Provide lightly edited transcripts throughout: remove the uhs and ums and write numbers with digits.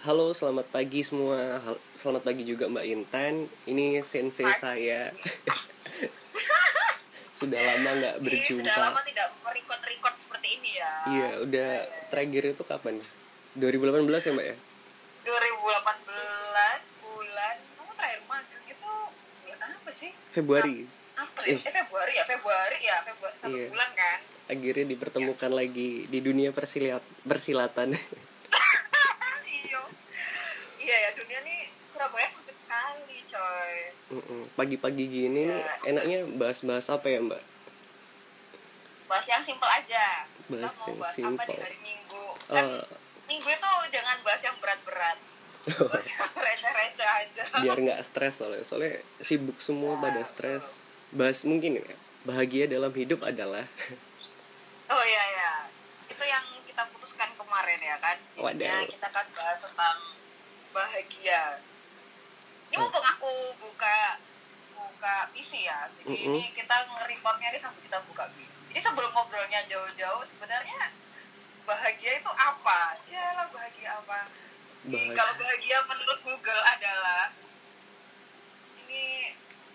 Halo, selamat pagi semua. Selamat pagi juga Mbak Intan. Ini sensei saya. Sudah lama nggak Sudah berjumpa. lama tidak merecord seperti ini ya. Iya, udah terakhir itu kapan? 2018 ya Mbak ya? 2018 bulan, kamu terakhir magang itu bulan apa sih? Februari. April, Februari ya, Februari 1 Iya. bulan kan. Akhirnya dipertemukan lagi di dunia persilatan. Iya ya, dunia nih Surabaya sempit sekali coy. Pagi-pagi gini nih enaknya bahas-bahas apa ya Mbak? Bahas yang simpel aja. Bahas Kita mau yang bahas apa simple. di hari Minggu? Kan Minggu itu jangan bahas yang berat-berat. Bahas yang receh-receh aja. Biar nggak stres soalnya sibuk semua pada stres. Bahas mungkin ya, bahagia dalam hidup adalah Oh iya, itu yang kita putuskan kemarin ya kan. Jadinya kita kan bahas tentang bahagia. Ini mumpung aku buka PC ya. Jadi ini kita nge-recordnya sambil kita buka PC. Jadi sebelum ngobrolnya jauh-jauh, sebenarnya bahagia itu apa? Jalan bahagia apa? Kalau bahagia menurut Google adalah ini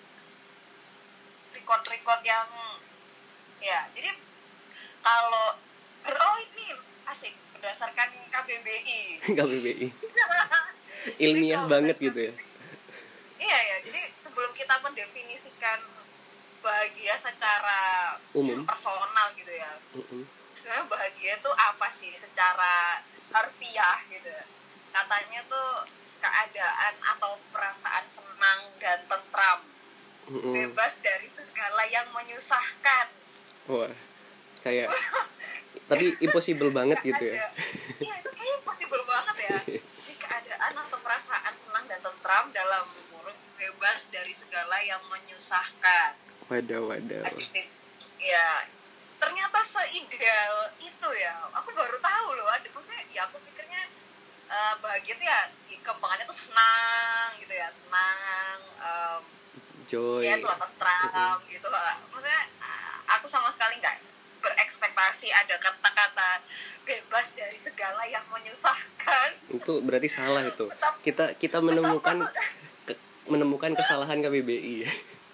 record yang ya. Jadi kalau ini asik berdasarkan KBBI. KBBI. Ilmiah banget gitu ya. Iya ya, jadi sebelum kita mendefinisikan bahagia secara umum personal gitu ya. Sebenarnya bahagia itu apa sih secara harfiah gitu. Katanya tuh keadaan atau perasaan senang dan tentram. Bebas dari segala yang menyusahkan. Wah, kayak tapi impossible banget gitu ya. Iya, itu kayak impossible banget ya. Jadi keadaan atau perasaan senang dan tentram dalam kurung bebas dari segala yang menyusahkan. Waduh. Ya, ternyata seideal itu ya. Aku baru tahu loh. Maksudnya ya aku pikirnya bahagia itu ya kembangannya tuh senang gitu ya, senang. Joy. Ya itu tentram gitu. Maksudnya aku sama sekali nggak berekspektasi ada kata-kata bebas dari segala yang menyusahkan. Itu berarti salah itu. Kita menemukan kesalahan KBBI.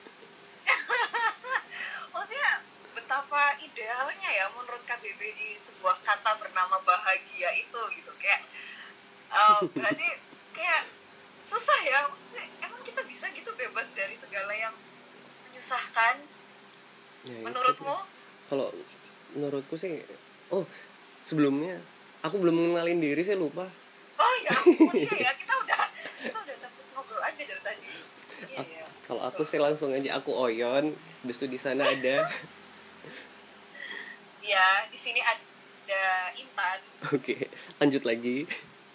Maksudnya betapa idealnya ya menurut KBBI sebuah kata bernama bahagia itu gitu. Kayak berarti kayak susah ya. Maksudnya emang kita bisa gitu bebas dari segala yang menyusahkan? Ya, menurutmu? Kalau menurutku sih, sebelumnya aku belum mengenalin diri, saya lupa. Oh ya ampun, ya kita udah terus ngobrol aja dari tadi. Iya. Kalau aku sih langsung aja, aku Oyon. Habis itu di sana ada. Ya, di sini ada Intan. Oke, lanjut lagi.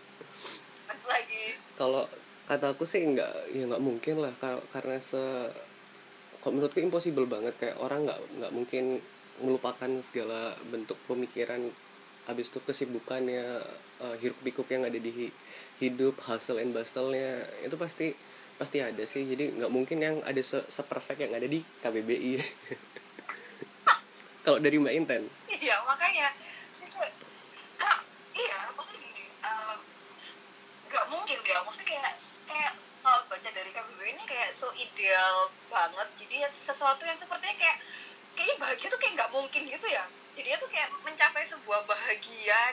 Kalau kata aku sih nggak mungkin lah, karena kalau menurutku impossible banget, kayak orang nggak mungkin melupakan segala bentuk pemikiran, habis itu kesibukannya, hiruk pikuk yang ada di hidup, hustle and bustle-nya itu pasti ada sih. Jadi nggak mungkin yang ada seperfect yang ada di KBBI. Kalau dari Mbak Intan? Iya, makanya maksudnya gini, nggak mungkin dia, maksudnya kayak kalau baca dari KBBI ini kayak so ideal banget. Jadi sesuatu yang sepertinya kayaknya bahagia tuh kayak nggak mungkin gitu ya. Jadi itu kayak mencapai sebuah bahagia,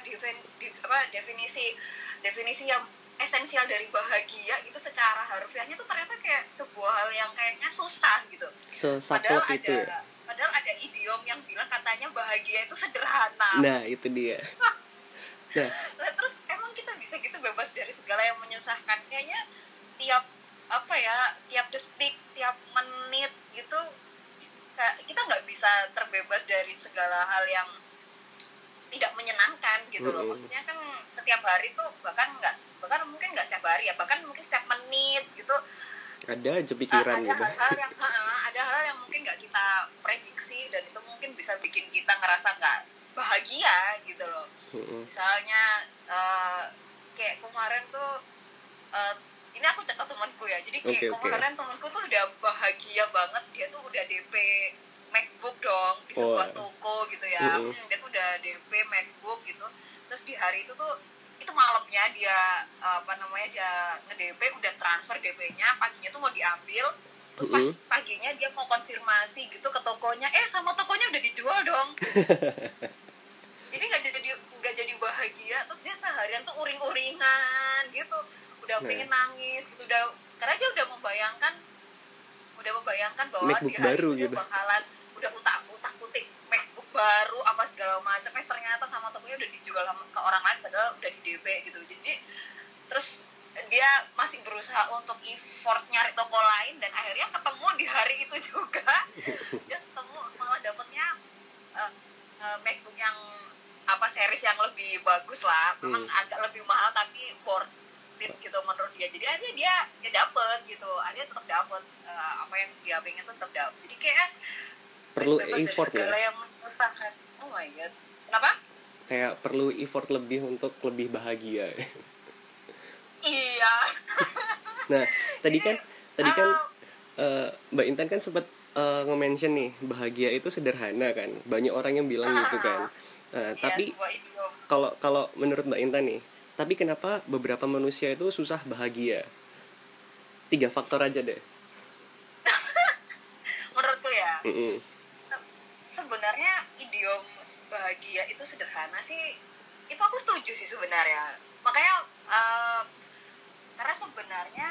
definisi yang esensial dari bahagia itu secara harfiahnya tuh ternyata kayak sebuah hal yang kayaknya susah gitu. Padahal ada idiom yang bilang katanya bahagia itu sederhana. Nah, itu dia. Nah, terus emang kita bisa gitu bebas dari segala yang menyusahkan? Kayaknya tiap detik, tiap menit gitu kita nggak bisa terbebas dari segala hal yang tidak menyenangkan gitu loh. Maksudnya kan setiap hari tuh bahkan mungkin nggak setiap hari ya, bahkan mungkin setiap menit gitu ada aja pikiran gitu. Ada hal yang mungkin nggak kita prediksi dan itu mungkin bisa bikin kita ngerasa nggak bahagia gitu loh. Misalnya kayak kemarin tuh ini aku cerita temanku ya. Jadi kayak kemarin temanku tuh udah bahagia banget, dia tuh udah DP MacBook dong di sebuah toko gitu ya. Dia tuh udah DP MacBook gitu. Terus di hari itu tuh itu malamnya dia dia nge-DP, udah transfer DP-nya, paginya tuh mau diambil, terus pas paginya dia mau konfirmasi gitu ke tokonya, sama tokonya udah dijual dong. Jadi nggak jadi bahagia, terus dia seharian tuh uring-uringan gitu, udah pengen nangis gitu, karena dia udah membayangkan bahwa MacBook di hari baru itu gitu. bakalan udah utak-utik MacBook baru apa segala macam, ternyata sama tokonya udah dijual ke orang lain padahal udah di DP gitu. Jadi terus dia masih berusaha untuk effort nyari toko lain, dan akhirnya ketemu di hari itu juga. Dia ketemu, malah dapetnya MacBook yang series yang lebih bagus lah, memang agak lebih mahal tapi worth it gitu menurut dia. Jadi akhirnya dia dapet gitu, akhirnya tetap dapet apa yang dia pengen tetap dapet. Jadi kayak perlu effort segala yang menyusahkan. Oh my god, kenapa? Kayak perlu effort lebih untuk lebih bahagia. Iya. Nah tadi kan Mbak Intan kan sempat nge-mention nih, bahagia itu sederhana kan, banyak orang yang bilang gitu kan. Tapi kalau menurut Mbak Intan nih, tapi kenapa beberapa manusia itu susah bahagia? 3 faktor aja deh. Menurutku ya, sebenarnya idiom bahagia itu sederhana sih, itu aku setuju sih sebenarnya. Makanya karena sebenarnya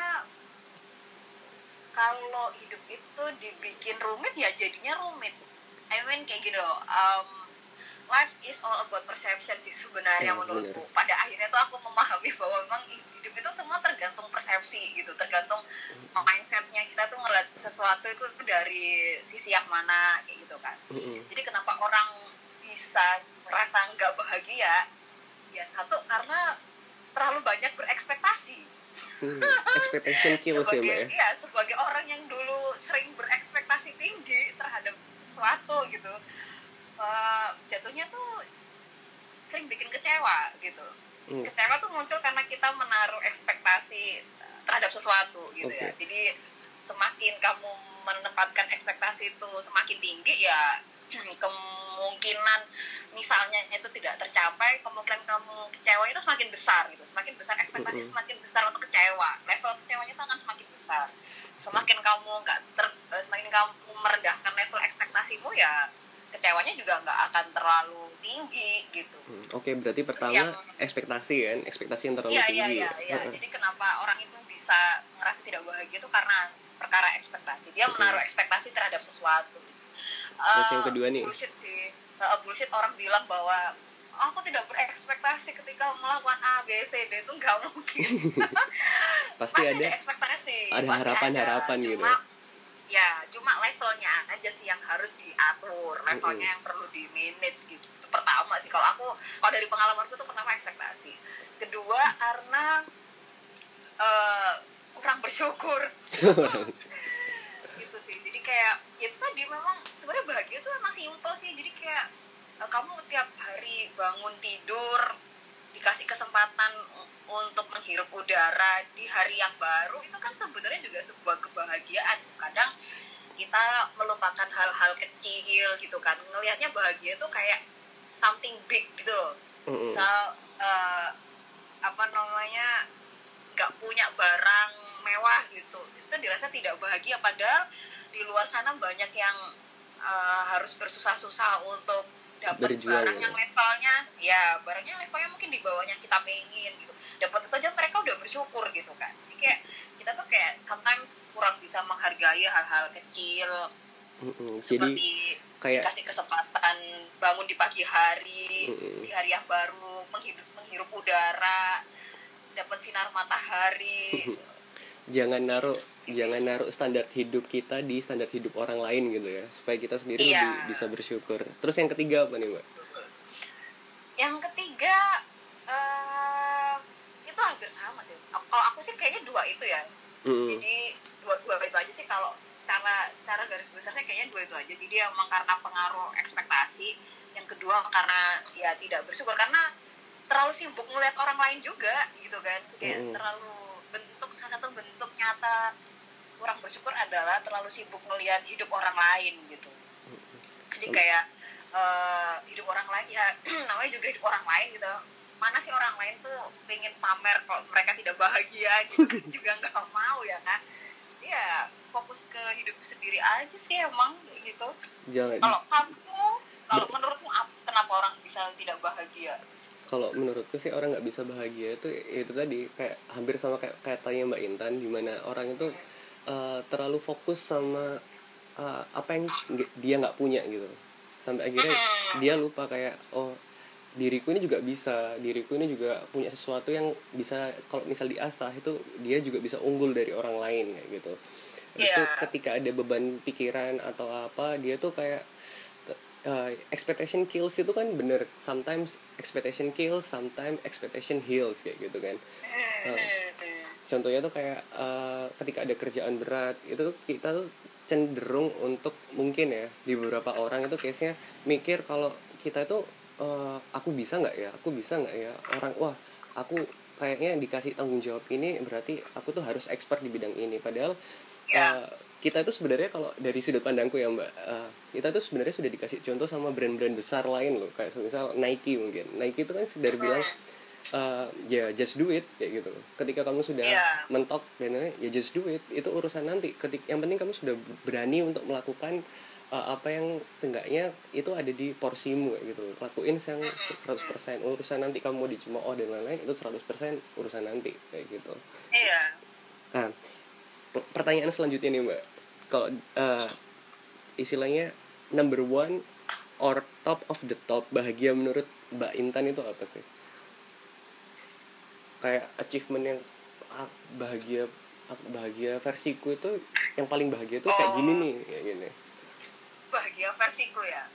kalau hidup itu dibikin rumit ya jadinya rumit. I mean kayak gitu loh. Life is all about perception sih sebenarnya menurutku. Pada akhirnya tuh aku memahami bahwa memang hidup itu semua tergantung persepsi gitu, tergantung mindsetnya kita tuh ngeliat sesuatu itu dari sisi yang mana kayak gitu kan. Jadi kenapa orang bisa merasa nggak bahagia? Ya satu, karena terlalu banyak berekspektasi. Expectation kills ya Mbak ya? Iya, sebagai orang yang dulu sering berekspektasi tinggi terhadap sesuatu gitu, jatuhnya tuh sering bikin kecewa gitu. Kecewa tuh muncul karena kita menaruh ekspektasi terhadap sesuatu gitu ya. Jadi semakin kamu menempatkan ekspektasi itu semakin tinggi ya, kemungkinan misalnya itu tidak tercapai, kemungkinan kamu kecewa itu semakin besar gitu. Semakin besar ekspektasi, semakin besar untuk kecewa. Level kecewanya itu akan semakin besar. Semakin kamu semakin kamu merendahkan level ekspektasimu, ya kecewanya juga nggak akan terlalu tinggi gitu. Oke, berarti pertama ekspektasi yang terlalu tinggi. Iya. Jadi kenapa orang itu bisa ngerasa tidak bahagia itu karena perkara ekspektasi. Dia menaruh ekspektasi terhadap sesuatu. Terus yang kedua nih, bullshit sih. Bullshit orang bilang bahwa aku tidak berekspektasi ketika melakukan A, B, C, D, itu nggak mungkin. Pasti ada ekspektasi. Ada harapan-harapan gitu. Ya, cuma levelnya aja sih yang harus diatur, levelnya yang perlu di manage gitu. Itu pertama sih, kalau dari pengalamanku tuh pertama ekspektasi. Kedua karena kurang bersyukur. Gitu sih. Jadi kayak itu tadi memang sebenarnya bahagia itu memang simpel sih. Jadi kayak kamu tiap hari bangun tidur dikasih kesempatan untuk menghirup udara di hari yang baru, itu kan sebenarnya juga sebuah kebahagiaan. Kadang kita melupakan hal-hal kecil gitu kan, ngelihatnya bahagia itu kayak something big gitu loh. Misal nggak punya barang mewah gitu, itu dirasa tidak bahagia, padahal di luar sana banyak yang harus bersusah-susah untuk dapat barang yang barangnya levelnya mungkin di bawahnya kita pengen gitu. Dapat itu aja mereka udah bersyukur gitu kan. Jadi kayak kita tuh kayak sometimes kurang bisa menghargai hal-hal kecil. Seperti kayak dikasih kesempatan bangun di pagi hari, di hari yang baru, menghirup udara, dapat sinar matahari. Jangan naruh standar hidup kita di standar hidup orang lain gitu ya, supaya kita sendiri lebih bisa bersyukur. Terus yang ketiga apa nih Mbak? Yang ketiga itu hampir sama sih. Kalau aku sih kayaknya dua itu ya. Jadi dua itu aja sih, kalau secara garis besarnya kayaknya dua itu aja. Jadi emang karena pengaruh ekspektasi. Yang kedua karena ya tidak bersyukur, karena terlalu sibuk ngeliat orang lain juga gitu kan. Kayak terlalu salah satu bentuk nyata kurang bersyukur adalah terlalu sibuk melihat hidup orang lain gitu. Jadi kayak hidup orang lain ya namanya juga hidup orang lain gitu. mana sih orang lain tuh pengen pamer kalau mereka tidak bahagia gitu kan juga nggak mau ya kan. Ya fokus ke hidup sendiri aja sih emang gitu. Kalau menurutmu kenapa orang bisa tidak bahagia? Kalau menurutku sih orang nggak bisa bahagia itu tadi kayak hampir sama kayak tanya Mbak Intan, dimana orang itu terlalu fokus sama apa yang dia nggak punya gitu, sampai akhirnya dia lupa kayak diriku ini juga punya sesuatu yang bisa kalau misal diasah itu dia juga bisa unggul dari orang lain kayak gitu. Habis itu ketika ada beban pikiran atau apa, dia tuh kayak expectation kills itu kan bener, sometimes expectation kills, sometimes expectation heals kayak gitu kan. Contohnya tuh kayak ketika ada kerjaan berat itu kita tuh cenderung untuk, mungkin ya di beberapa orang itu case-nya mikir kalau kita itu aku bisa nggak ya orang, wah aku kayaknya dikasih tanggung jawab ini berarti aku tuh harus expert di bidang ini, padahal kita itu sebenarnya kalau dari sudut pandangku ya Mbak, kita tuh sebenarnya sudah dikasih contoh sama brand-brand besar lain loh, kayak misal Nike mungkin. Nike itu kan sudah bilang ya just do it kayak gitu. Ketika kamu sudah mentok dan ya just do it, itu urusan nanti. Yang penting kamu sudah berani untuk melakukan apa yang seenggaknya itu ada di porsimu kayak gitu. Lakuin yang 100%, urusan nanti kamu mau dicemooh dan lain-lain itu 100% urusan nanti kayak gitu. Nah, pertanyaan selanjutnya nih Mbak, kalau istilahnya number one or top of the top bahagia menurut Mbak Intan itu apa sih? Kayak achievement yang bahagia versiku itu, yang paling bahagia itu kayak gini nih, kayak gini. Bahagia versiku ya.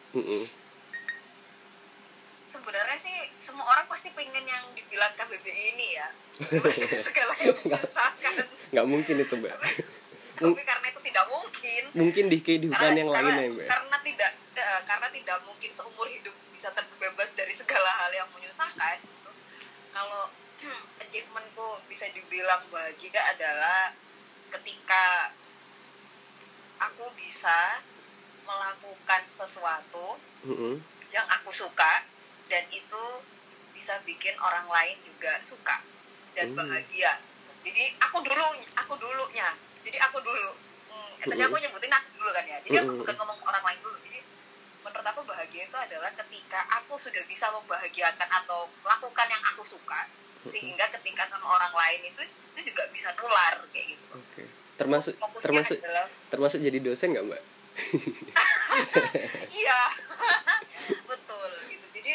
Sebenarnya sih semua orang pasti pengen yang dibilang KBBI ini ya. Segala yang menyusahkan. Nggak mungkin itu Mbak. Tapi karena itu tidak mungkin. Mungkin di kehidupan yang lain ya Mbak. Karena tidak mungkin seumur hidup bisa terbebas dari segala hal yang menyusahkan. Kalau achievementku bisa dibilang bahagia adalah ketika aku bisa melakukan sesuatu yang aku suka dan itu bisa bikin orang lain juga suka dan bahagia. Jadi aku dulunya. Tadi aku nyebutin aku dulu kan ya. Jadi aku bukan ngomong orang lain dulu. Jadi menurut aku bahagia itu adalah ketika aku sudah bisa membahagiakan atau melakukan yang aku suka, sehingga ketika sama orang lain itu juga bisa nular kayak gitu. Okay. Termasuk jadi dosen nggak Mbak? Iya. Betul gitu. Jadi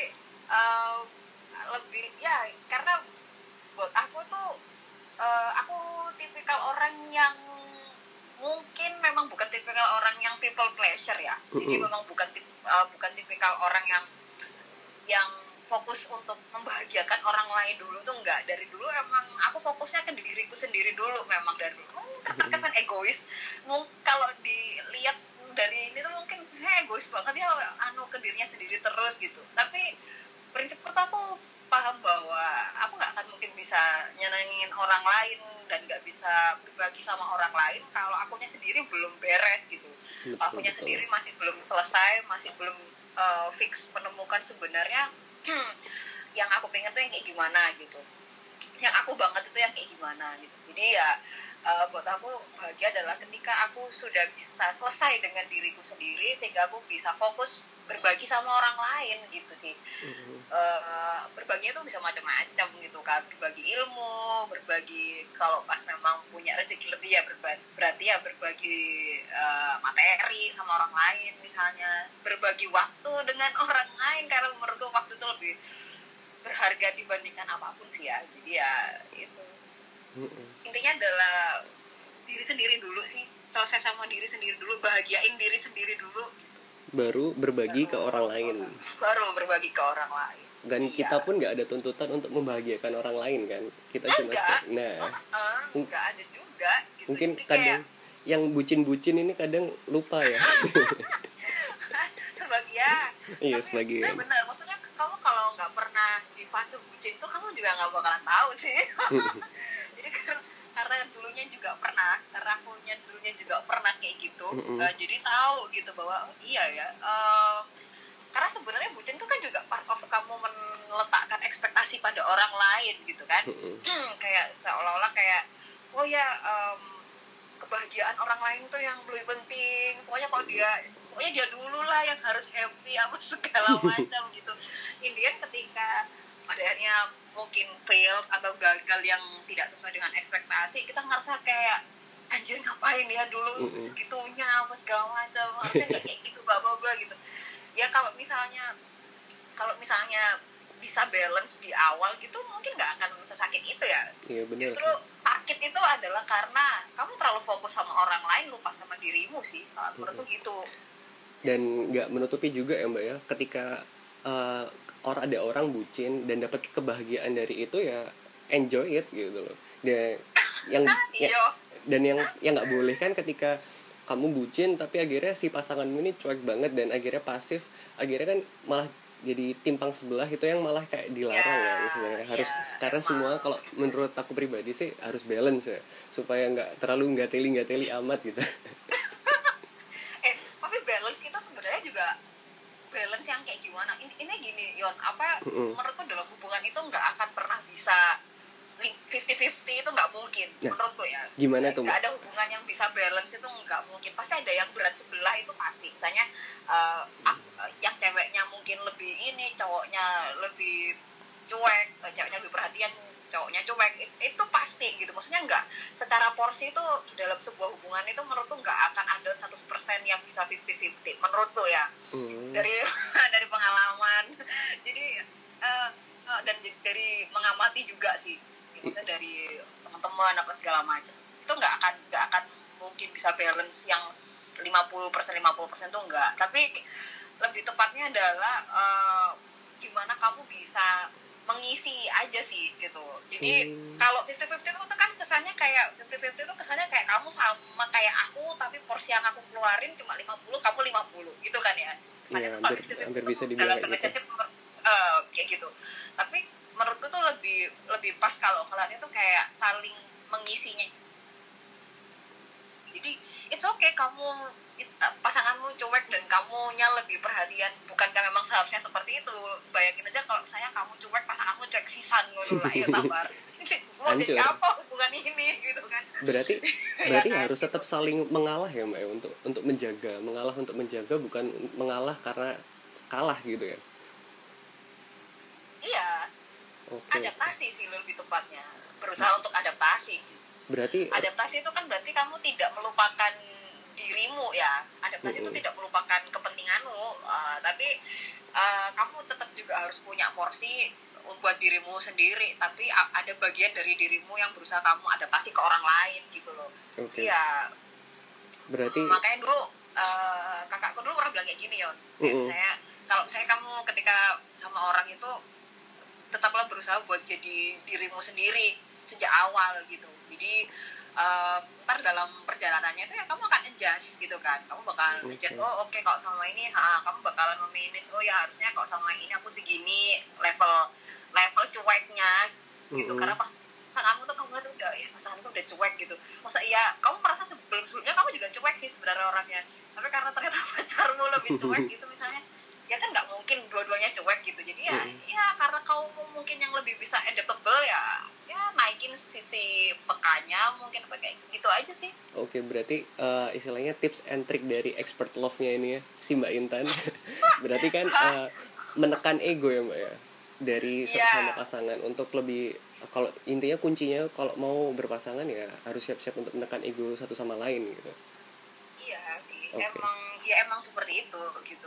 lebih ya, karena buat aku tuh aku tipikal orang yang mungkin memang bukan tipikal orang yang people pleasure ya. Jadi memang bukan tipikal orang yang fokus untuk membahagiakan orang lain dulu tuh enggak. Dari dulu emang aku fokusnya ke diriku sendiri dulu, memang dari dulu terkesan egois. Kalau dilihat dari ini tuh mungkin egois banget ya, ke dirinya sendiri terus gitu. Tapi prinsipku tuh aku paham bahwa aku nggak akan mungkin bisa nyenengin orang lain dan nggak bisa berbagi sama orang lain kalau akunya sendiri belum beres gitu. Akunya sendiri masih belum selesai, masih belum fix menemukan sebenarnya yang aku pengen tuh yang kayak gimana gitu, yang aku banget itu yang kayak gimana gitu. Jadi ya buat aku bahagia adalah ketika aku sudah bisa selesai dengan diriku sendiri sehingga aku bisa fokus berbagi sama orang lain gitu sih. Berbaginya tuh bisa macam-macam gitu kan, berbagi ilmu, berbagi kalau pas memang punya rezeki lebih ya berarti ya berbagi materi sama orang lain, misalnya berbagi waktu dengan orang lain, karena menurutku waktu itu lebih berharga dibandingkan apapun sih ya. Jadi ya itu intinya adalah diri sendiri dulu sih, selesai sama diri sendiri dulu, bahagiain diri sendiri dulu, baru berbagi ke orang lain. Dan kita pun nggak ada tuntutan untuk membahagiakan orang lain kan, kita cuma nggak ada juga gitu. Mungkin kadang yang bucin-bucin ini kadang lupa ya. Sebagian. Iya, sebagian. Benar, maksudnya kamu kalau nggak pernah di fase bucin tuh kamu juga nggak bakalan tahu sih. Jadi karena dulunya juga pernah, kayak gitu, jadi tahu gitu bahwa iya ya, karena sebenarnya bucin itu kan juga part of kamu meletakkan ekspektasi pada orang lain gitu kan. Kayak seolah-olah kayak oh ya kebahagiaan orang lain tuh yang lebih penting, pokoknya dia dulu lah yang harus happy apa segala macam gitu. Indian ketika adanya mungkin fail atau gagal yang tidak sesuai dengan ekspektasi, kita ngerasa kayak anjir ngapain ya dulu segitunya apa segala macam, harusnya nggak kayak gitu bla bla bla gitu ya. Kalau misalnya bisa balance di awal gitu mungkin nggak akan sesakit itu ya. Iya, bener. Justru sakit itu adalah karena kamu terlalu fokus sama orang lain, lupa sama dirimu sih, menurutku gitu. Dan nggak menutupi juga ya mbak ya, ketika ada orang bucin dan dapat kebahagiaan dari itu ya enjoy it gitu loh. Dan yang nggak boleh kan ketika kamu bucin tapi akhirnya si pasanganmu ini cuek banget dan akhirnya pasif, akhirnya kan malah jadi timpang sebelah, itu yang malah kayak dilarang ya sebenarnya. Harus karena emang. Semua kalau menurut aku pribadi sih harus balance ya, supaya nggak terlalu nggak teli amat gitu. Tapi balance itu sebenarnya juga balance yang kayak gimana? Ini gini Yon, menurutku dalam hubungan itu nggak akan pernah bisa 50-50, itu nggak mungkin. Nah, menurutku ya. Gimana tuh? Nggak ada hubungan yang bisa balance, itu nggak mungkin. Pasti ada yang berat sebelah, itu pasti. Misalnya yang ceweknya mungkin lebih ini, cowoknya lebih cuek, ceweknya lebih perhatian, cowoknya cuek, itu pasti gitu. Maksudnya nggak secara porsi itu dalam sebuah hubungan itu menurutku nggak akan ada 100% yang bisa 50-50 menurutku ya. Dari pengalaman. Jadi dan dari mengamati juga sih, maksudnya dari teman-teman apa segala macam, itu nggak akan mungkin bisa balance yang 50% tuh enggak. Tapi lebih tepatnya adalah gimana kamu bisa mengisi aja sih gitu. Jadi kalau 50-50 itu kan kesannya kayak 50-50 itu kesannya kayak kamu sama kayak aku, tapi porsi yang aku keluarin cuma 50, kamu 50 gitu kan ya. Kesannya ya, hampir bisa dibilang dalam relationship gitu. Kayak gitu. Tapi menurutku tuh lebih pas kalau kalian itu kayak saling mengisinya. Jadi it's okay kamu pasanganmu cuek dan kamunya lebih perhatian, bukankah memang seharusnya seperti itu? Bayangin aja kalau misalnya kamu cuek, pasanganmu cuek sisan ngono lah ya tabar. Mau jadi apa hubungan ini gitu kan? Berarti harus tetap saling mengalah ya mbak ya, untuk menjaga, mengalah untuk menjaga, bukan mengalah karena kalah gitu ya. Iya. Okay. Adaptasi sih lebih tepatnya. Berusaha untuk adaptasi. Berarti adaptasi itu kan berarti kamu tidak melupakan dirimu ya. Adaptasi itu tidak melupakan kepentinganmu, tapi kamu tetap juga harus punya porsi buat dirimu sendiri, tapi ada bagian dari dirimu yang berusaha kamu adaptasi ke orang lain gitu loh. Okay. Iya. Berarti makanya dulu kakakku dulu pernah bilang kayak gini Yon. Kalau misalnya kamu ketika sama orang itu tetaplah berusaha buat jadi dirimu sendiri sejak awal gitu. Jadi ntar dalam perjalanannya itu ya kamu akan adjust gitu kan. Kamu bakal adjust, oke, kalau sama ini kamu bakalan memanage, ya harusnya kalau sama ini aku segini level cueknya gitu. Karena pas pasanganmu tuh kamu lihat pasanganmu udah cuek gitu. Masa iya kamu merasa sebelumnya kamu juga cuek sih sebenarnya orangnya, tapi karena ternyata pacarmu lebih cuek gitu misalnya, ya kan nggak mungkin dua-duanya cuek gitu. Jadi ya karena kamu mungkin yang lebih bisa adaptable ya naikin sisi pekanya mungkin kayak gitu aja sih. Oke, berarti istilahnya tips and trick dari expert love-nya ini ya si Mbak Intan. Berarti kan menekan ego ya Mbak ya, dari sama pasangan untuk lebih, kalau intinya kuncinya kalau mau berpasangan ya harus siap-siap untuk menekan ego satu sama lain gitu. Iya sih. Okay. Emang seperti itu gitu.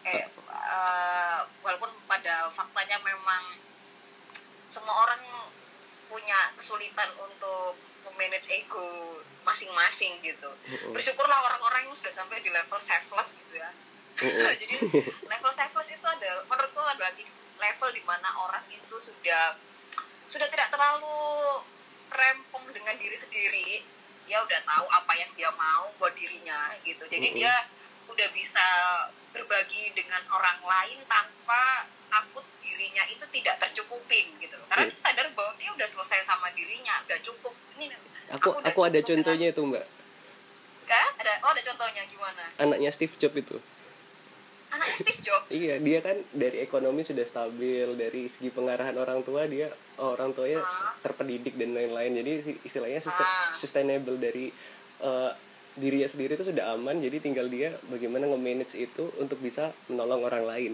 Walaupun pada faktanya memang semua orang punya kesulitan untuk memanage ego masing-masing gitu. Bersyukurlah orang-orang yang sudah sampai di level selfless gitu ya. Jadi level selfless itu menurutku adalah level di mana orang itu sudah tidak terlalu rempong dengan diri sendiri. Dia udah tahu apa yang dia mau buat dirinya gitu. Jadi dia udah bisa berbagi dengan orang lain tanpa takut dirinya itu tidak tercukupin gitu. Karena dia sadar bahwa dia udah selesai sama dirinya, udah cukup. Ini aku ada contohnya itu Mbak. Kan? Ada contohnya gimana? Anaknya Steve Jobs itu. Anaknya Steve Jobs. Iya, dia kan dari ekonomi sudah stabil, dari segi pengarahan orang tuanya terpendidik dan lain-lain. Jadi istilahnya sustainable dari dirinya sendiri itu sudah aman. Jadi tinggal dia bagaimana nge-manage itu untuk bisa menolong orang lain.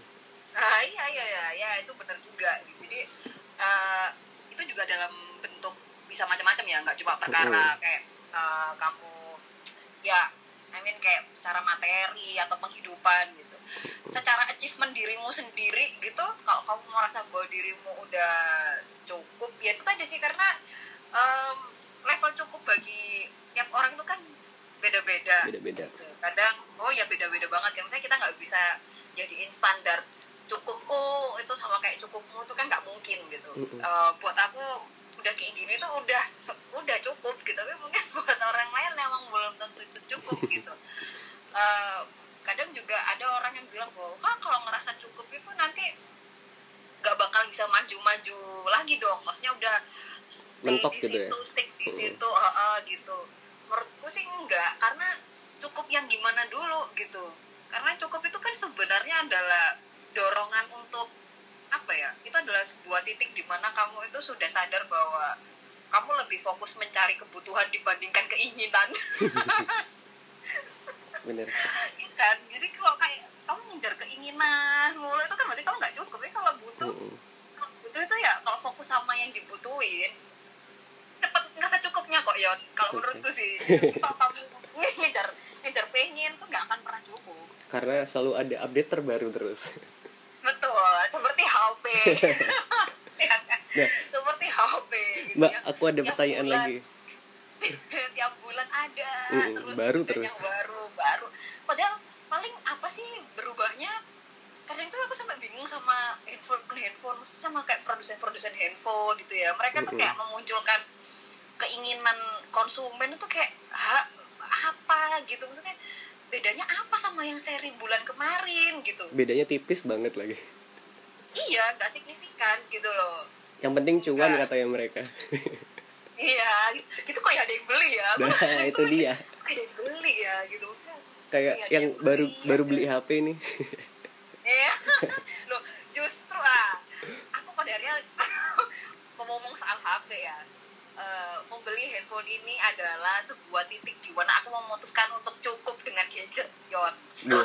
Iya, itu benar juga. Jadi itu juga dalam bentuk bisa macam-macam ya, nggak cuma perkara kayak kamu ya kayak secara materi atau penghidupan gitu. Secara achievement dirimu sendiri gitu, kalau kamu merasa bahwa dirimu udah cukup, ya itu tadi sih, karena level cukup bagi tiap orang itu kan beda-beda. Kadang beda-beda banget ya. Misalnya kita nggak bisa jadiin standar cukupku itu sama kayak cukupmu itu kan nggak mungkin gitu. Buat aku udah kayak gini tuh udah cukup gitu, tapi mungkin buat orang lain memang belum tentu itu cukup gitu. Kadang juga ada orang yang bilang bahwa kalau ngerasa cukup itu nanti nggak bakal bisa maju-maju lagi dong, maksudnya udah mentok di gitu situ, ya? stick di situ gitu. Menurutku sih enggak, karena cukup yang gimana dulu gitu. Karena cukup itu kan sebenarnya adalah dorongan untuk apa ya, itu adalah sebuah titik di mana kamu itu sudah sadar bahwa kamu lebih fokus mencari kebutuhan dibandingkan keinginan. Bener kan, jadi kalau kayak kamu ngejar keinginan mulu itu kan berarti kamu nggak cukup. Tapi kalau butuh itu ya, kalau fokus sama yang dibutuhin cepet ngerasa cukupnya kok Yon, kalau menurutku sih. Kalau kamu ngejar pengen tuh nggak akan pernah cukup, karena selalu ada update terbaru terus. Betul, seperti HP. Ya kan? Nah, seperti HP gitu. Mbak, aku ada pertanyaan lagi. Tiap bulan ada terus yang baru. Padahal paling apa sih berubahnya? Kadang itu aku sampai bingung sama handphone, sama kayak produsen handphone gitu ya. Mereka tuh kayak memunculkan keinginan konsumen itu kayak apa gitu, maksudnya bedanya apa sama yang seri bulan kemarin gitu. Bedanya tipis banget lagi. Iya, nggak signifikan gitu loh. Yang penting cuan katanya mereka. Iya, gitu kok ya ada yang beli ya. Nah, itu dia. Kayak ada yang beli ya gitu, maksudnya. Kayak yang baru beli HP nih. Iya. Loh, justru aku pada akhirnya ngomong soal HP ya. Membeli handphone ini adalah sebuah titik di mana aku memutuskan untuk cukup dengan gadget, Yon.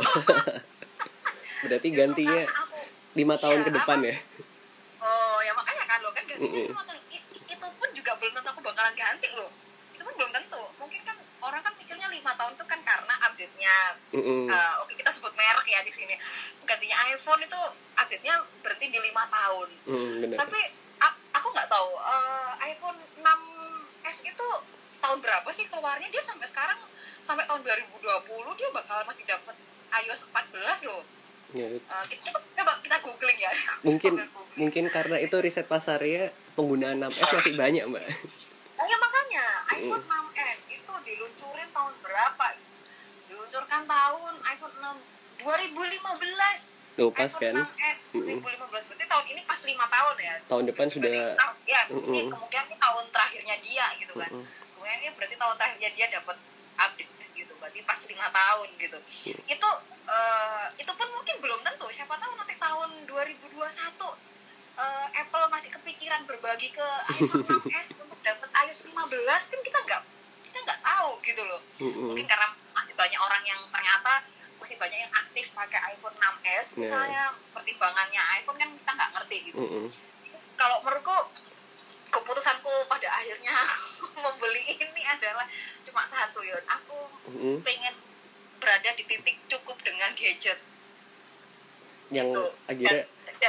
Berarti gantinya 5 tahun ke depan ya? Oh, ya makanya kan lo kan gantinya 5 tahun. Itu pun juga belum tentu aku bakalan ganti loh. Itu pun belum tentu. Mungkin kan orang kan mikirnya 5 tahun itu kan karena update-nya. Oke, kita sebut merek ya di sini. Gantinya iPhone itu update-nya berarti di 5 tahun. Bener. Tapi aku nggak tahu iPhone 6s itu tahun berapa sih keluarnya. Dia sampai sekarang, sampai tahun 2020 dia bakal masih dapat iOS 14 loh. Coba kita googling ya. Mungkin karena itu riset pasarnya penggunaan 6s masih banyak, Mbak. Ya makanya iPhone 6s itu diluncurin tahun berapa? Diluncurkan tahun iPhone 6 2015. Tuh pas kan? 6s 2015, berarti tahun ini pas 5 tahun ya. Tahun depan sudah. Ini kemungkinan ini tahun terakhirnya dia gitu kan. Kemudian ini berarti tahun terakhirnya dia dapat update gitu, berarti pas 5 tahun gitu. Itu pun mungkin belum tentu. Siapa tahu nanti tahun 2021 Apple masih kepikiran berbagi ke iPhone 6s untuk dapat iOS 15, kan kita nggak tahu gitu loh. Mungkin karena masih banyak orang yang ternyata masih banyak yang aktif pakai iPhone 6s misalnya. Pertimbangannya iPhone kan kita nggak ngerti gitu. Kalau menurutku keputusanku pada akhirnya membeli ini adalah cuma satu, Yon. Aku pengen berada di titik cukup dengan gadget yang gitu. Akhirnya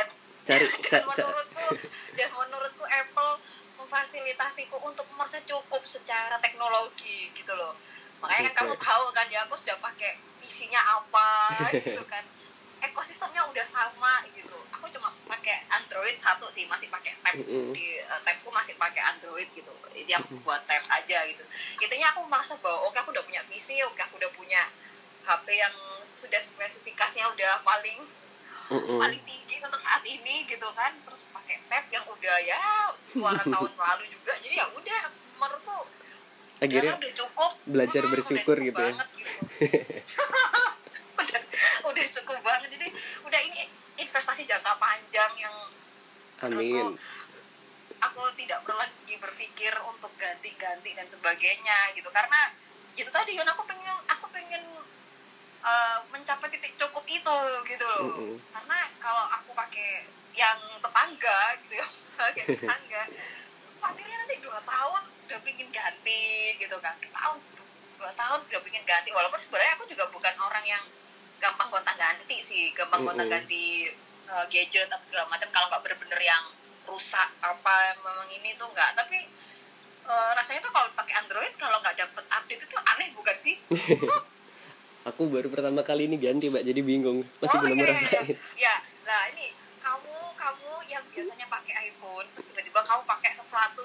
dan menurutku Apple memfasilitasiku untuk merasa cukup secara teknologi gitu loh. Makanya kan kamu tahu kan ya, aku sudah pakai PC-nya apa gitu kan, ekosistemnya udah sama gitu. Aku cuma pakai Android satu sih, masih pakai tab di tabku masih pakai Android gitu. Ini aku buat tab aja gitu. Intinya aku merasa bahwa oke, aku udah punya PC, oke aku udah punya HP yang sudah spesifikasinya udah paling tinggi untuk saat ini gitu kan. Terus pakai tab yang udah ya keluaran tahun lalu juga. Jadi ya udah, menurutku akhirnya udah cukup, belajar bersyukur gitu ya. Gitu. udah cukup menurutku banget. Jadi udah ini investasi jangka panjang yang amin. Aku tidak perlu lagi berpikir untuk ganti-ganti dan sebagainya gitu, karena itu tadi Yon, aku pengen mencapai titik cukup itu gitu loh. Karena kalau aku pakai yang tetangga gitu ya, pakai tetangga akhirnya nanti 2 tahun udah pingin ganti gitu kan, 2 tahun udah pingin ganti. Walaupun sebenarnya aku juga bukan orang yang gampang gonta-ganti sih, gampang gonta-ganti gadget atau segala macam, kalau nggak bener-bener yang rusak apa memang ini tuh nggak. Tapi rasanya tuh kalau pakai Android kalau nggak dapet update itu aneh bukan sih? Aku baru pertama kali ini ganti Mbak, jadi bingung, masih belum merasain. Ya, nah ini kamu yang biasanya pakai iPhone terus tiba-tiba kamu pakai sesuatu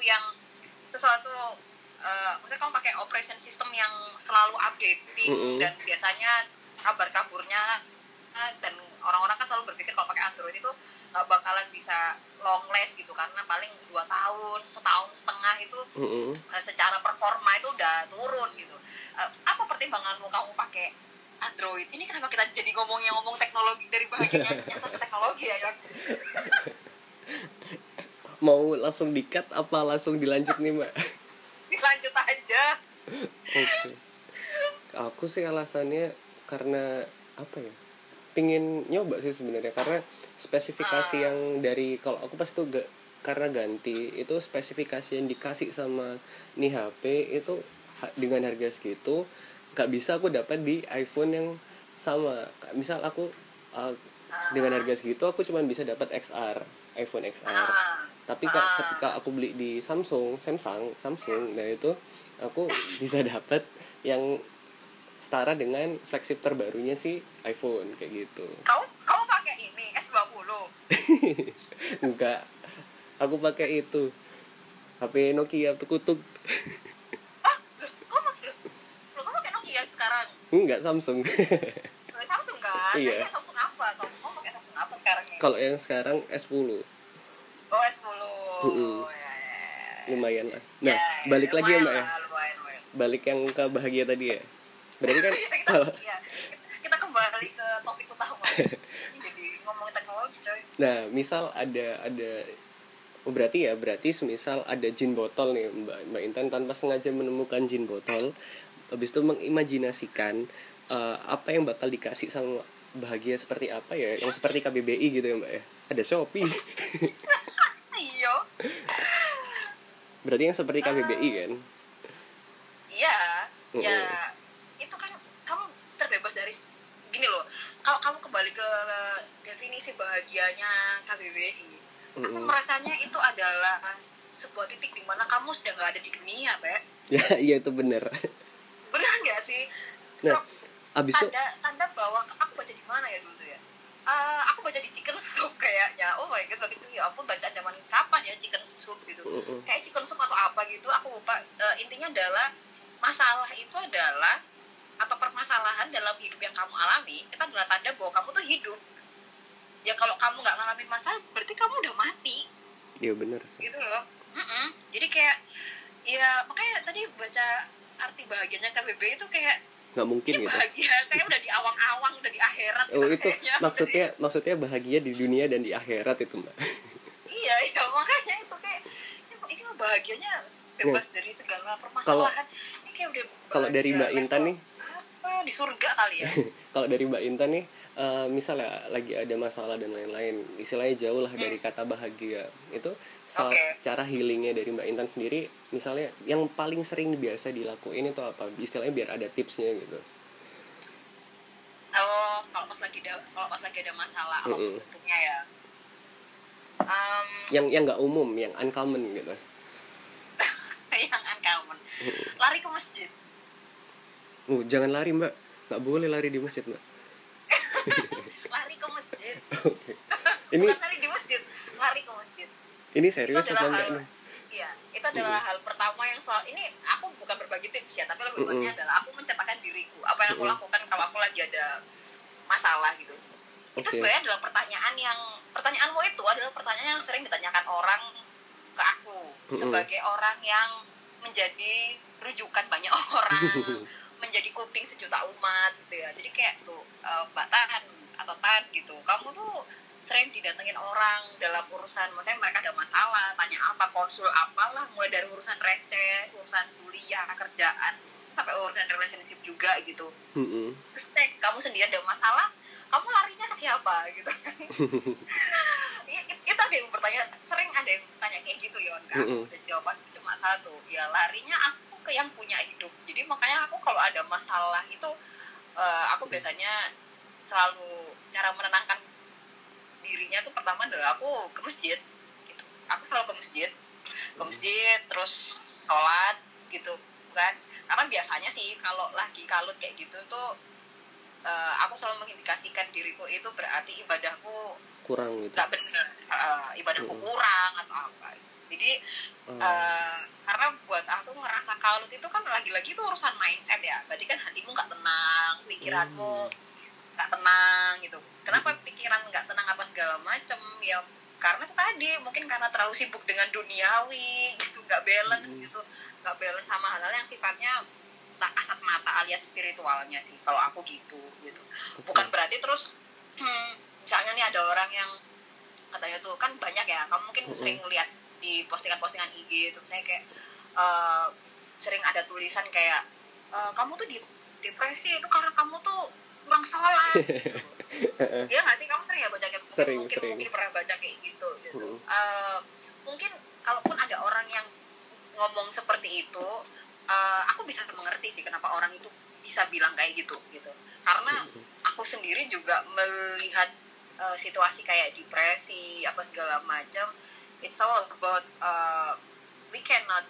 maksudnya kamu pakai operation system yang selalu updating dan biasanya kabar-kaburnya dan orang-orang kan selalu berpikir kalau pakai Android itu nggak bakalan bisa long last gitu, karena paling 2 tahun, setahun setengah itu secara performa itu udah turun gitu. Apa pertimbanganmu kamu pakai Android? Ini kenapa kita jadi ngomong teknologi, dari bahagiannya nyasar ke teknologi ya, Yon? Mau langsung di-cut apa langsung dilanjut nih, Mbak? Dilanjut aja. Oke. Aku sih alasannya karena apa ya? Pingin nyoba sih sebenarnya, karena spesifikasi yang dari kalau aku pas itu karena ganti itu spesifikasi yang dikasih sama nih HP itu dengan harga segitu gak bisa aku dapat di iPhone yang sama. Misal aku dengan harga segitu aku cuma bisa dapat iPhone XR. Tapi ketika aku beli di Samsung, nah itu aku bisa dapat yang setara dengan flagship terbarunya si iPhone kayak gitu. Kamu pakai ini S20? Enggak. Aku pakai itu HP Nokia Tukutuk. Kamu pakai Nokia sekarang? Enggak, Samsung. Samsung kan? Iya. Samsung apa? Kamu pakai Samsung apa sekarang ini? Kalau yang sekarang S10. Oh, S10. Ya. Lumayan lah. Nah, balik lagi ya Mbak ya. Lumayan. Balik yang ke bahagia tadi ya. Berarti kan kalau kita kembali ke topik utama. Jadi ngomongin teknologi, coy. Nah, misal ada berarti semisal ada jin botol nih Mbak Intan tanpa sengaja menemukan jin botol, habis itu mengimajinasikan apa yang bakal dikasih sama bahagia seperti apa ya, yang seperti KBBI gitu ya Mbak ya. Ada Shopee. Iya. Berarti yang seperti KBBI kan? Iya. Ya, itu kan kamu terbebas dari gini loh. Kalau kamu kembali ke definisi bahagianya KBBI, aku merasanya itu adalah sebuah titik di mana kamu sudah nggak ada di dunia, Pak. Ya, iya itu benar. Benar nggak sih? Nah, abis itu tanda bahwa aku baca di mana ya dulu tuh ya? Aku baca di Chicken Soup kayaknya. Oh my god, begitu ya ampun, baca zaman kapan ya Chicken Soup gitu. Kayak Chicken Soup atau apa gitu, aku lupa. Intinya adalah masalah itu adalah atau permasalahan dalam hidup yang kamu alami itu adalah tanda bahwa kamu tuh hidup. Ya kalau kamu nggak ngalamin masalah berarti kamu udah mati. Iya benar sih. Gitu loh. Jadi kayak ya makanya tadi baca arti bahagianya KBB itu kayak nggak mungkin gitu. Bahagia kayak udah di awang-awang, udah di akhirat. Oh itu maksudnya bahagia di dunia dan di akhirat itu Mbak. Iya makanya itu kayak ini bahagianya bebas dari segala permasalahan. Ini kayak udah kalau dari Mbak Intan nih apa di surga kali ya. Kalau dari Mbak Intan nih misalnya lagi ada masalah dan lain-lain, istilahnya jauh lah dari kata bahagia itu. Cara healingnya dari Mbak Intan sendiri, misalnya yang paling sering biasa dilakuin itu apa? Istilahnya biar ada tipsnya gitu. Oh, kalau pas lagi ada masalah bentuknya ya. Yang nggak umum, yang uncommon gitu. Yang uncommon. Lari ke masjid. Jangan lari Mbak, nggak boleh lari di masjid Mbak. Lari ke masjid. Okay. Ini bukan lari di masjid, lari ke masjid. Ini serius apa enggak nih? Iya, itu adalah hal pertama yang soal ini aku bukan berbagi tips ya, tapi lebih banyak adalah aku mencatatkan diriku, apa yang aku lakukan kalau aku lagi ada masalah gitu. Itu sebenarnya adalah pertanyaanmu itu adalah pertanyaan yang sering ditanyakan orang ke aku sebagai orang yang menjadi rujukan banyak orang, menjadi kuping sejuta umat gitu ya. Jadi kayak Mbak Tan, atau Tan gitu, kamu tuh sering didatengin orang dalam urusan, maksudnya mereka ada masalah, tanya apa, konsul apalah, mulai dari urusan receh, urusan kuliah, kerjaan, sampai urusan relationship juga gitu. Terus cek kamu sendiri ada masalah, kamu larinya ke siapa gitu. Itu ada yang bertanya, sering ada yang tanya kayak gitu Yon kan. Dan jawaban cuma satu, ya larinya aku ke yang punya hidup. Jadi makanya aku kalau ada masalah itu aku biasanya selalu cara menenangkan dirinya tuh pertama adalah aku ke masjid gitu. Aku selalu ke masjid terus sholat gitu kan, karena biasanya sih kalau lagi kalut kayak gitu tuh aku selalu mengindikasikan diriku itu berarti ibadahku kurang gitu, nggak bener, ibadahku kurang atau apa. Jadi karena buat aku ngerasa kalut itu kan lagi-lagi itu urusan mindset ya, berarti kan hatimu nggak tenang, pikiranmu nggak tenang gitu. Kenapa pikiran nggak tenang apa segala macem ya, karena itu tadi mungkin karena terlalu sibuk dengan duniawi gitu, nggak balance gitu, nggak balance sama hal-hal yang sifatnya tak kasat mata alias spiritualnya sih kalau aku gitu. Bukan berarti terus misalnya nih ada orang yang katanya tuh kan banyak ya, kamu mungkin sering lihat di postingan-postingan IG tuh, saya kayak sering ada tulisan kayak kamu tuh depresi itu karena kamu tuh kurang sholat gitu. Ya nggak sih, kamu sering ya baca kayak mungkin pernah baca kayak gitu. Mungkin kalaupun ada orang yang ngomong seperti itu, aku bisa mengerti sih kenapa orang itu bisa bilang kayak gitu karena aku sendiri juga melihat situasi kayak depresi apa segala macam. It's all about we cannot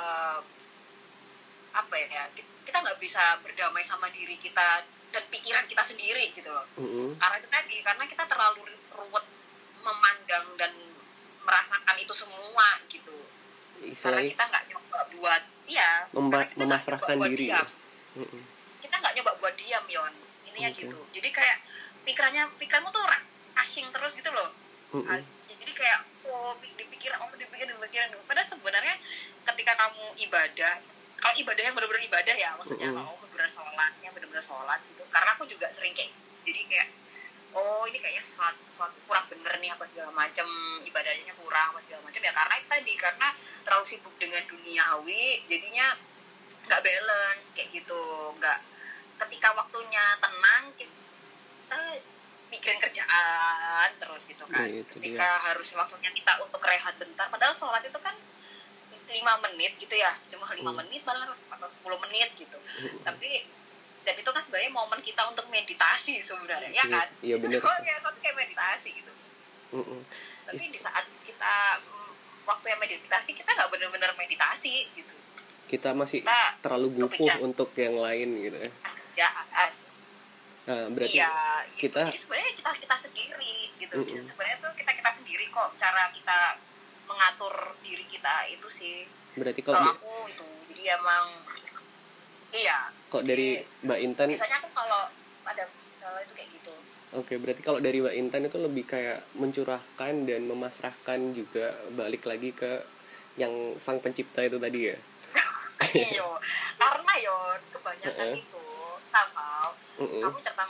apa ya, kita nggak bisa berdamai sama diri kita dan pikiran kita sendiri gitu loh. Karena itu tadi, karena kita terlalu ruwet memandang dan merasakan itu semua gitu. Karena kita nggak nyoba buat memasrahkan diri ya. Kita nggak nyoba buat diam Yon, ininya gitu. Jadi kayak pikiranmu tuh rushing terus gitu loh. Jadi kayak dipikirin. Padahal sebenarnya ketika kamu ibadah, kalau ibadah yang benar-benar ibadah ya, maksudnya kalau benar-benar sholatnya benar-benar sholat gitu. Karena aku juga sering kayak, jadi kayak ini kayaknya sesuatu kurang bener nih apa segala macam, ibadahnya kurang apa segala macam ya, karena itu tadi, karena terlalu sibuk dengan duniawi jadinya nggak balance kayak gitu. Nggak, ketika waktunya tenang kita mikirin kerjaan terus itu kan. Ketika harus waktunya kita untuk rehat bentar, padahal sholat itu kan 5 menit gitu ya, cuma 5 menit padahal harus 10 menit gitu. Tapi dan itu kan sebenarnya momen kita untuk meditasi sebenarnya, ya kan? Iya benar. Ya suatu kayak meditasi gitu. Tapi di saat kita waktu yang meditasi, kita nggak benar-benar meditasi gitu. Kita masih terlalu gupuh untuk yang lain gitu ya. Berarti kita jadi sebenarnya kita sendiri gitu. Jadi sebenarnya tuh kita sendiri kok cara kita mengatur diri kita itu sih. Berarti kalau aku itu jadi emang kok dari Mbak Intan biasanya aku kalau ada hal itu kayak gitu. Oke, berarti kalau dari Mbak Intan itu lebih kayak mencurahkan dan memasrahkan juga, balik lagi ke yang sang pencipta itu tadi ya. Iya, karena kebanyakan itu sama kamu cerita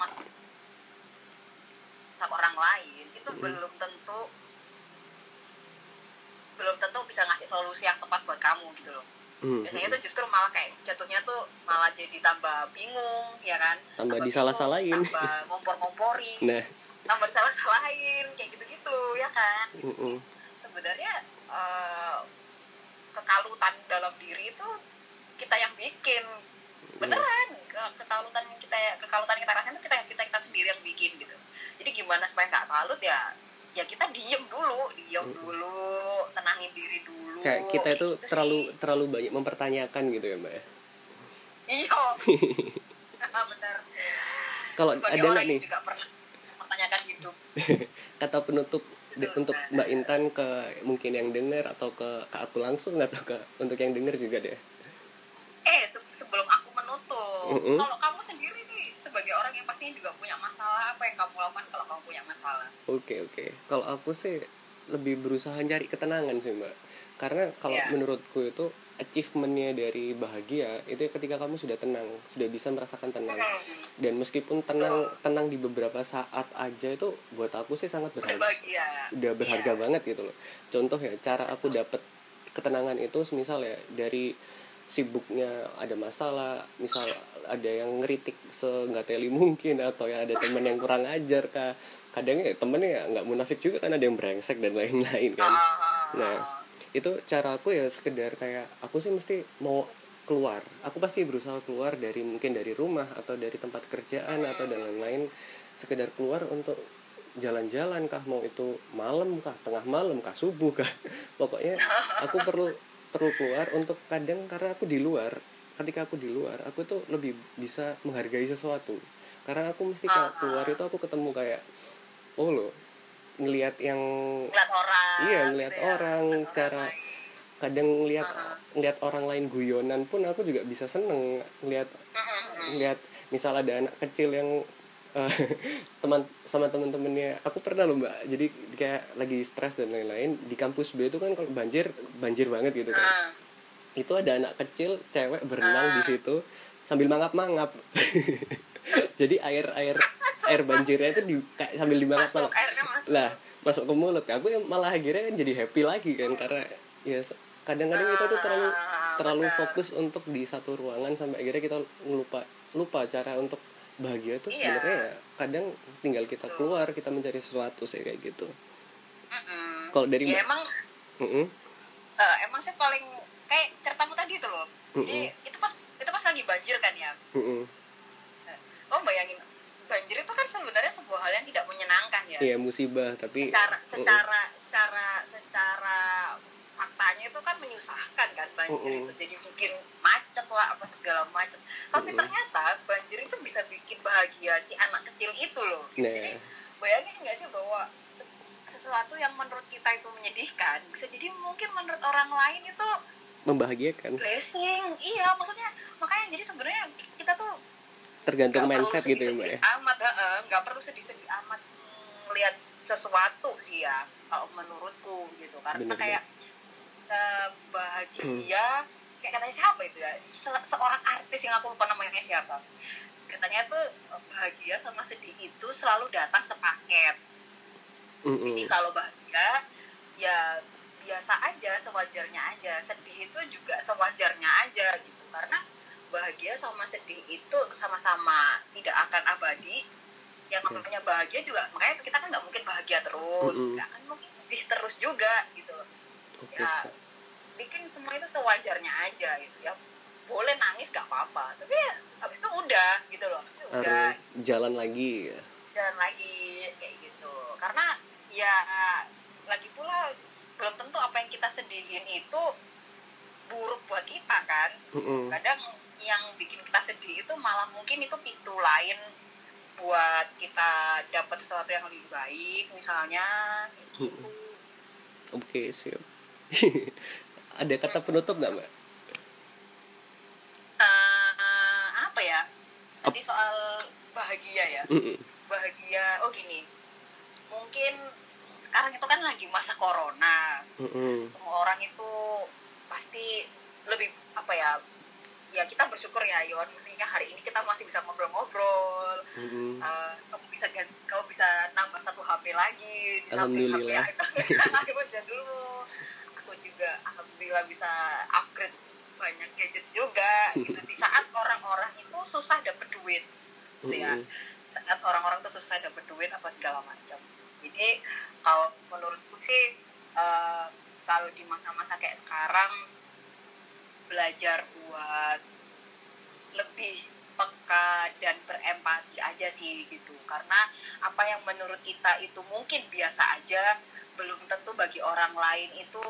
sama orang lain itu belum tentu bisa ngasih solusi yang tepat buat kamu gitu loh. Biasanya tuh justru malah kayak jatuhnya tuh malah jadi tambah bingung ya kan, tambah disalah-salahin, tambah ngompor-ngomporin, tambah disalah-salahin kayak gitu-gitu ya kan. Sebenarnya kekalutan dalam diri itu kita yang bikin, beneran. Kekalutan kita rasain itu kita sendiri yang bikin gitu. Jadi gimana supaya nggak kalut ya kita diem dulu, tenangin diri dulu. Kayak kita itu gitu terlalu banyak mempertanyakan gitu ya Mbak ya. Iya. Benar. Kalau ada nggak nih juga pernah mempertanyakan hidup. Kata penutup untuk Mbak Intan ke mungkin yang dengar atau ke aku langsung atau ke untuk yang dengar juga deh. Sebelum aku menutup, kalau kamu sendiri nih sebagai orang yang pastinya juga punya masalah, apa yang kamu lakukan kalau kamu punya masalah? Oke. Kalau aku sih lebih berusaha cari ketenangan sih Mbak. Karena kalau menurutku itu achievementnya dari bahagia itu ketika kamu sudah tenang, sudah bisa merasakan tenang. Dan meskipun tenang di beberapa saat aja, itu buat aku sih sangat berharga. Udah berharga banget gitu loh. Contoh ya, cara aku dapet ketenangan itu misal ya dari sibuknya ada masalah, misal ada yang ngeritik se-nggak teli mungkin, atau ya ada temen yang kurang ajar kah, kadang ya temennya nggak munafik juga kan, ada yang brengsek dan lain-lain kan. Nah itu cara aku ya sekedar kayak aku sih mesti mau keluar, aku pasti berusaha keluar dari mungkin dari rumah atau dari tempat kerjaan atau dan lain-lain, sekedar keluar untuk jalan-jalan kah, mau itu malam kah, tengah malam kah, subuh kah pokoknya aku perlu keluar untuk kadang, karena aku di luar, ketika aku di luar aku tuh lebih bisa menghargai sesuatu, karena aku mesti kalau keluar itu aku ketemu kayak oh loh, ngelihat orang, iya ngelihat gitu ya, orang cara lain. Kadang ngelihat orang lain guyonan pun aku juga bisa seneng ngelihat misal ada anak kecil yang teman sama teman-temannya. Aku pernah loh mbak, jadi kayak lagi stres dan lain-lain di kampus B itu kan kalau banjir banget gitu kan. Itu ada anak kecil cewek berenang di situ sambil mangap-mangap. Jadi air banjirnya itu kayak sambil dimangap-mangap lah, masuk ke mulut. Aku malah akhirnya kan jadi happy lagi kan, karena ya kadang-kadang kita tuh terlalu fokus untuk di satu ruangan sampai akhirnya kita lupa cara untuk bahagia tuh sebenarnya ya kadang tinggal kita keluar, kita mencari sesuatu sih kayak gitu. Kalau dari ya emang emang sih paling kayak ceritamu tadi tuh loh. Jadi itu pas lagi banjir kan ya. Oh bayangin, banjir itu kan sebenarnya sebuah hal yang tidak menyenangkan ya. Iya, musibah, tapi secara faktanya itu kan menyusahkan kan banjir itu, jadi bikin macet lah apa segala macam. Tapi ternyata banjir itu bisa bikin bahagia si anak kecil itu loh. Jadi bayangin nggak sih bahwa sesuatu yang menurut kita itu menyedihkan bisa jadi mungkin menurut orang lain itu membahagiakan. Blessing, iya maksudnya makanya jadi sebenarnya kita tuh tergantung mindset gitu ya mbak ya. Nggak perlu sedih-sedih amat melihat sesuatu sih ya kalau menurutku gitu, karena bener, kayak bahagia kayak katanya siapa itu ya, seorang artis yang aku lupa namanya siapa, katanya tuh bahagia sama sedih itu selalu datang sepaket. Jadi kalau bahagia ya biasa aja, sewajarnya aja, sedih itu juga sewajarnya aja gitu, karena bahagia sama sedih itu sama-sama tidak akan abadi. Yang namanya bahagia juga, makanya kita kan nggak mungkin bahagia terus, nggak akan mungkin sedih terus juga gitu. Ya bikin semua itu sewajarnya aja gitu ya. Boleh nangis nggak apa-apa, tapi ya habis itu udah gitu loh. Harus jalan lagi ya. Jalan lagi kayak gitu. Karena ya lagi pula belum tentu apa yang kita sedihin itu buruk buat kita kan. Kadang yang bikin kita sedih itu malah mungkin itu pintu lain buat kita dapat sesuatu yang lebih baik misalnya gitu. Oke, siap. Ada kata penutup nggak mbak? Apa ya? Tadi soal bahagia ya. Bahagia, oh gini. Mungkin sekarang itu kan lagi masa corona. Semua orang itu pasti lebih apa ya? Ya kita bersyukur ya Yon, maksudnya hari ini kita masih bisa ngobrol-ngobrol. Kamu bisa nambah satu HP lagi di samping HP iPhone dulu. Aku juga alhamdulillah bisa upgrade banyak gadget juga. Gitu. Di saat orang-orang itu susah dapet duit, gitu ya. Saat orang-orang tuh susah dapet duit apa segala macam. Jadi kalau menurutku sih kalau di masa-masa kayak sekarang belajar buat lebih peka dan berempati aja sih gitu, karena apa yang menurut kita itu mungkin biasa aja belum tentu bagi orang lain itu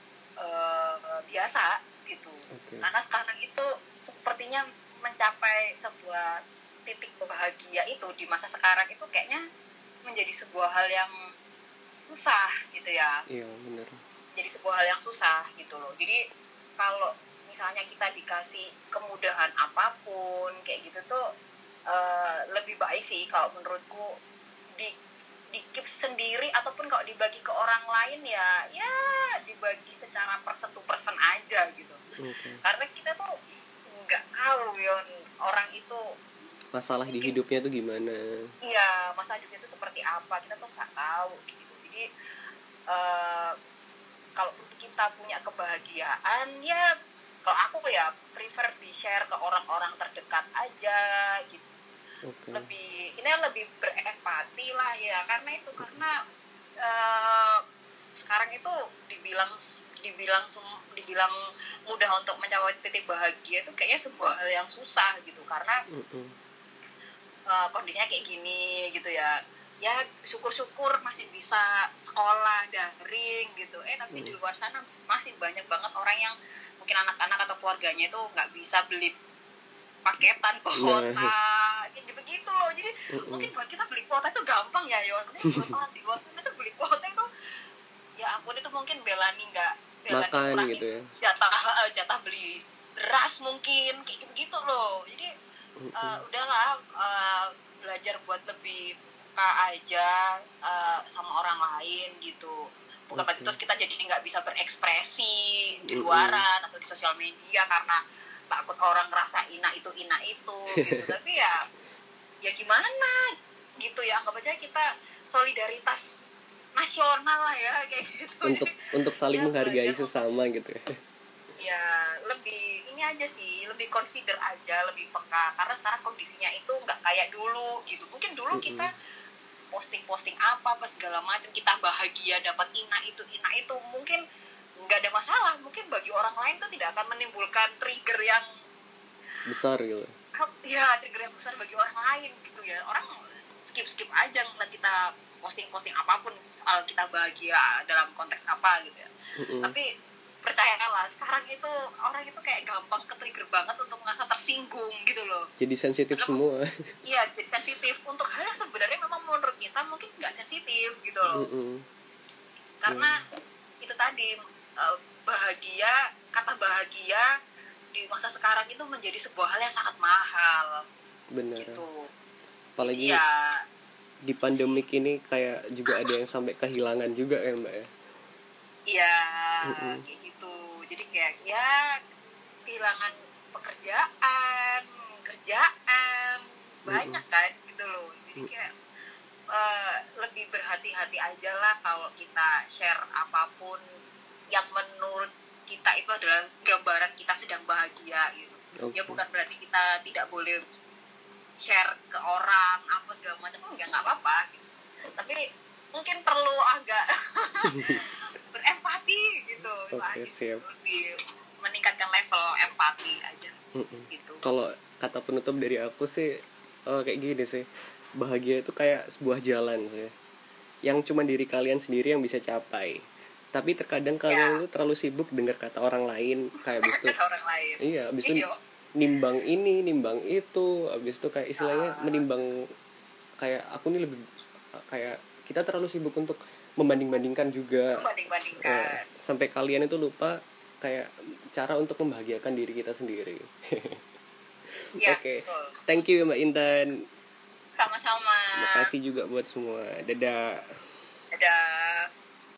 biasa gitu. Karena sekarang itu sepertinya mencapai sebuah titik bahagia itu di masa sekarang itu kayaknya menjadi sebuah hal yang susah gitu ya. Iya benar. Jadi sebuah hal yang susah gitu loh. Jadi kalau misalnya kita dikasih kemudahan apapun kayak gitu tuh lebih baik sih kalau menurutku di keep sendiri, ataupun kalau dibagi ke orang lain ya dibagi secara persen to persen aja gitu. Karena kita tuh nggak tahu ya orang itu masalah di hidupnya tuh gimana. Iya, masalah hidupnya itu seperti apa, kita tuh nggak tahu gitu. Jadi kalau kita punya kebahagiaan ya, kalau aku ya prefer di share ke orang-orang terdekat aja gitu. Lebih berempati lah ya, karena sekarang itu dibilang mudah untuk mencapai titik bahagia itu kayaknya sebuah hal yang susah gitu, karena kondisinya kayak gini gitu ya. Ya syukur-syukur masih bisa sekolah daring gitu, tapi di luar sana masih banyak banget orang yang mungkin anak-anak atau keluarganya itu nggak bisa beli paketan kuota, gitu-gitu loh. Jadi mungkin buat kita beli kuota itu gampang ya, Yon. Buat orang di luar sana tuh beli kuota itu, ya ampun, itu mungkin belani makan gitu ya, jatah beli beras mungkin, kayak gitu-gitu loh. Jadi udahlah, belajar buat lebih peka aja sama orang lain gitu. Bukan berarti terus kita jadi nggak bisa berekspresi di luaran atau di sosial media karena takut orang ngerasa ina itu gitu. Tapi ya gimana gitu ya, anggap aja kita solidaritas nasional lah ya, kayak gitu. Untuk saling menghargai sesama gitu ya. Ya lebih ini aja sih, lebih consider aja, lebih peka, karena sekarang kondisinya itu nggak kayak dulu gitu. Mungkin dulu kita posting apa segala macam, kita bahagia dapat ina itu mungkin nggak ada masalah. Mungkin bagi orang lain tuh tidak akan menimbulkan trigger yang besar gitu ya, trigger yang besar bagi orang lain gitu ya. Orang skip aja ngeliat kita posting apapun soal kita bahagia dalam konteks apa gitu ya. Tapi percayalah, sekarang itu orang itu kayak gampang ke-trigger banget untuk merasa tersinggung gitu loh. Jadi sensitif semua. Iya, jadi sensitif untuk hal yang sebenarnya memang menurut kita mungkin nggak sensitif gitu loh. Karena itu tadi, kata bahagia di masa sekarang itu menjadi sebuah hal yang sangat mahal. Benar. Gitu. Apalagi di pandemik ini kayak juga ada yang sampai kehilangan juga ya Mbak ya. Iya, kayak gitu. Jadi kayak ya kehilangan kerjaan banyak kan gitu loh. Jadi kayak lebih berhati-hati aja lah kalau kita share apapun yang menurut kita itu adalah gambaran kita sedang bahagia gitu. Ya bukan berarti kita tidak boleh share ke orang apa segala macam, nggak apa-apa gitu. Tapi mungkin perlu agak berempati gitu. Siap. Lebih meningkatkan level empati aja gitu. Kalau kata penutup dari aku sih kayak gini sih, bahagia itu kayak sebuah jalan sih, yang cuma diri kalian sendiri yang bisa capai. Tapi terkadang kalian itu terlalu sibuk dengar kata orang lain, kayak abis itu abis itu nimbang ini nimbang itu, abis itu kayak istilahnya menimbang, kayak aku nih lebih kayak kita terlalu sibuk untuk membanding-bandingkan juga, sampai kalian itu lupa kayak cara untuk membahagiakan diri kita sendiri. Oke. Thank you Mbak Intan. Sama-sama. Makasih juga buat semua. Dadah.